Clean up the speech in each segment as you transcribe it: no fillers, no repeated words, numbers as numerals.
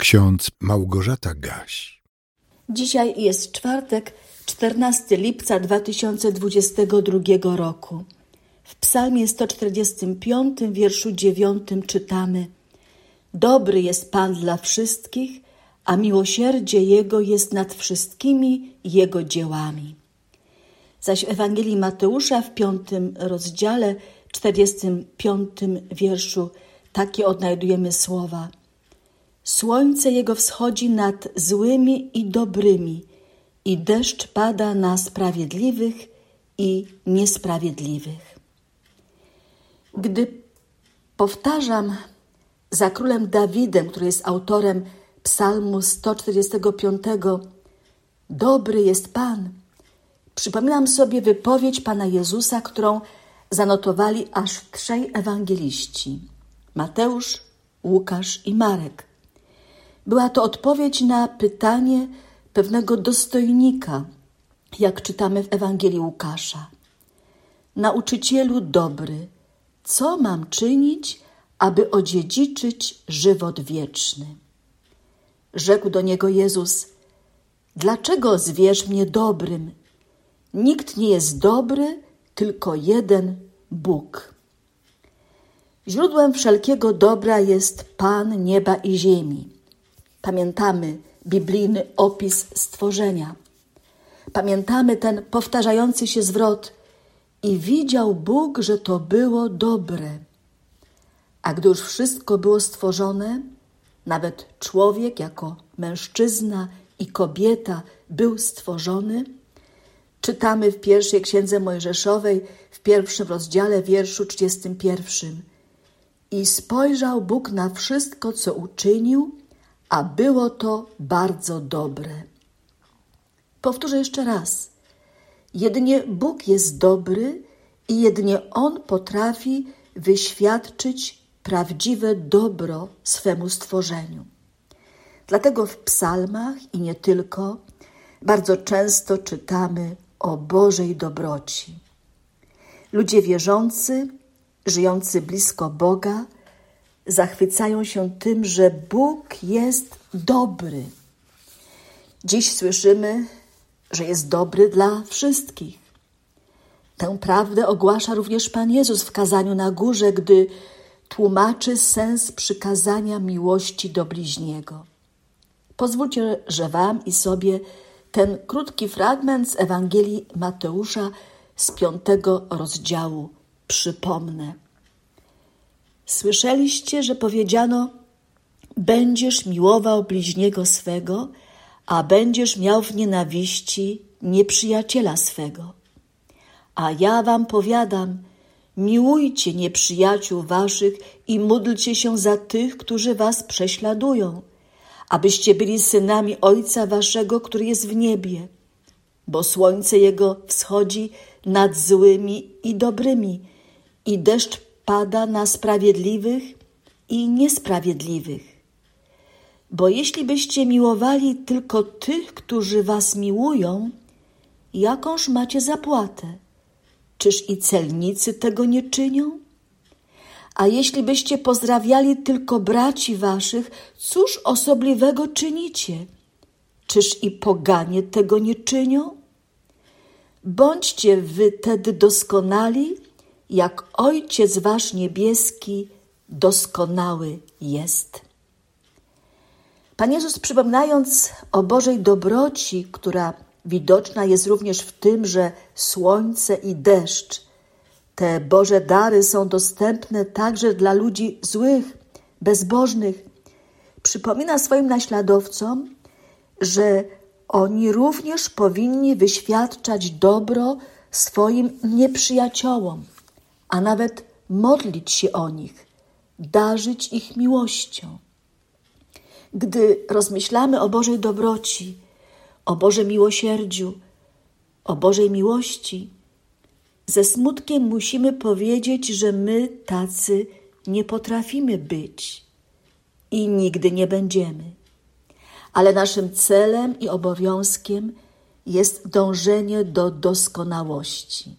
ksiądz Małgorzata Gaś. Dzisiaj jest czwartek, 14 lipca 2022 roku. W psalmie 145, wierszu 9 czytamy: Dobry jest Pan dla wszystkich, a miłosierdzie Jego jest nad wszystkimi Jego dziełami. Zaś w Ewangelii Mateusza w 5 rozdziale, 45 wierszu takie odnajdujemy słowa: Słońce Jego wschodzi nad złymi i dobrymi i deszcz pada na sprawiedliwych i niesprawiedliwych. Gdy powtarzam za królem Dawidem, który jest autorem psalmu 145, Dobry jest Pan, przypominam sobie wypowiedź Pana Jezusa, którą zanotowali aż 3 ewangeliści: Mateusz, Łukasz i Marek. Była to odpowiedź na pytanie pewnego dostojnika, jak czytamy w Ewangelii Łukasza. Nauczycielu dobry, co mam czynić, aby odziedziczyć żywot wieczny? Rzekł do niego Jezus: Dlaczego zwiesz mnie dobrym? Nikt nie jest dobry, tylko jeden Bóg. Źródłem wszelkiego dobra jest Pan nieba i ziemi. Pamiętamy biblijny opis stworzenia. Pamiętamy ten powtarzający się zwrot: I widział Bóg, że to było dobre. A gdy już wszystko było stworzone, nawet człowiek jako mężczyzna i kobieta był stworzony, czytamy w pierwszej Księdze Mojżeszowej w 1 rozdziale, wierszu 31. I spojrzał Bóg na wszystko, co uczynił, a było to bardzo dobre. Powtórzę jeszcze raz. Jedynie Bóg jest dobry i jedynie On potrafi wyświadczyć prawdziwe dobro swemu stworzeniu. Dlatego w psalmach i nie tylko bardzo często czytamy o Bożej dobroci. Ludzie wierzący, żyjący blisko Boga, zachwycają się tym, że Bóg jest dobry. Dziś słyszymy, że jest dobry dla wszystkich. Tę prawdę ogłasza również Pan Jezus w kazaniu na górze, gdy tłumaczy sens przykazania miłości do bliźniego. Pozwólcie, że wam i sobie ten krótki fragment z Ewangelii Mateusza z 5 rozdziału przypomnę. Słyszeliście, że powiedziano: będziesz miłował bliźniego swego, a będziesz miał w nienawiści nieprzyjaciela swego. A ja wam powiadam, miłujcie nieprzyjaciół waszych i módlcie się za tych, którzy was prześladują, abyście byli synami Ojca waszego, który jest w niebie, bo słońce Jego wschodzi nad złymi i dobrymi i deszcz pada na sprawiedliwych i niesprawiedliwych. Bo jeśli byście miłowali tylko tych, którzy was miłują, jakąż macie zapłatę? Czyż i celnicy tego nie czynią? A jeśli byście pozdrawiali tylko braci waszych, cóż osobliwego czynicie? Czyż i poganie tego nie czynią? Bądźcie wy tedy doskonali, jak Ojciec wasz niebieski doskonały jest. Pan Jezus, przypominając o Bożej dobroci, która widoczna jest również w tym, że słońce i deszcz, te Boże dary są dostępne także dla ludzi złych, bezbożnych, przypomina swoim naśladowcom, że oni również powinni wyświadczać dobro swoim nieprzyjaciołom, a nawet modlić się o nich, darzyć ich miłością. Gdy rozmyślamy o Bożej dobroci, o Bożym miłosierdziu, o Bożej miłości, ze smutkiem musimy powiedzieć, że my tacy nie potrafimy być i nigdy nie będziemy. Ale naszym celem i obowiązkiem jest dążenie do doskonałości.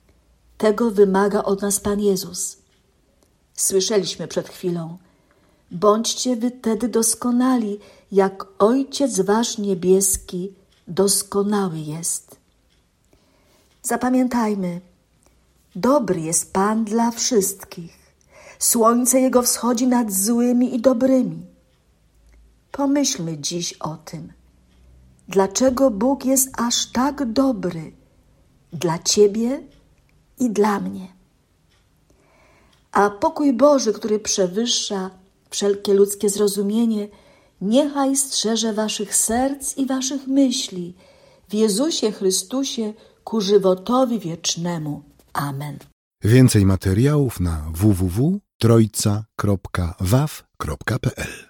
Tego wymaga od nas Pan Jezus. Słyszeliśmy przed chwilą: Bądźcie wy tedy doskonali, jak Ojciec wasz niebieski doskonały jest. Zapamiętajmy, dobry jest Pan dla wszystkich. Słońce Jego wschodzi nad złymi i dobrymi. Pomyślmy dziś o tym. Dlaczego Bóg jest aż tak dobry dla ciebie i dla mnie? A pokój Boży, który przewyższa wszelkie ludzkie zrozumienie, niechaj strzeże waszych serc i waszych myśli w Jezusie Chrystusie ku żywotowi wiecznemu. Amen. Więcej materiałów na www.trojca.waw.pl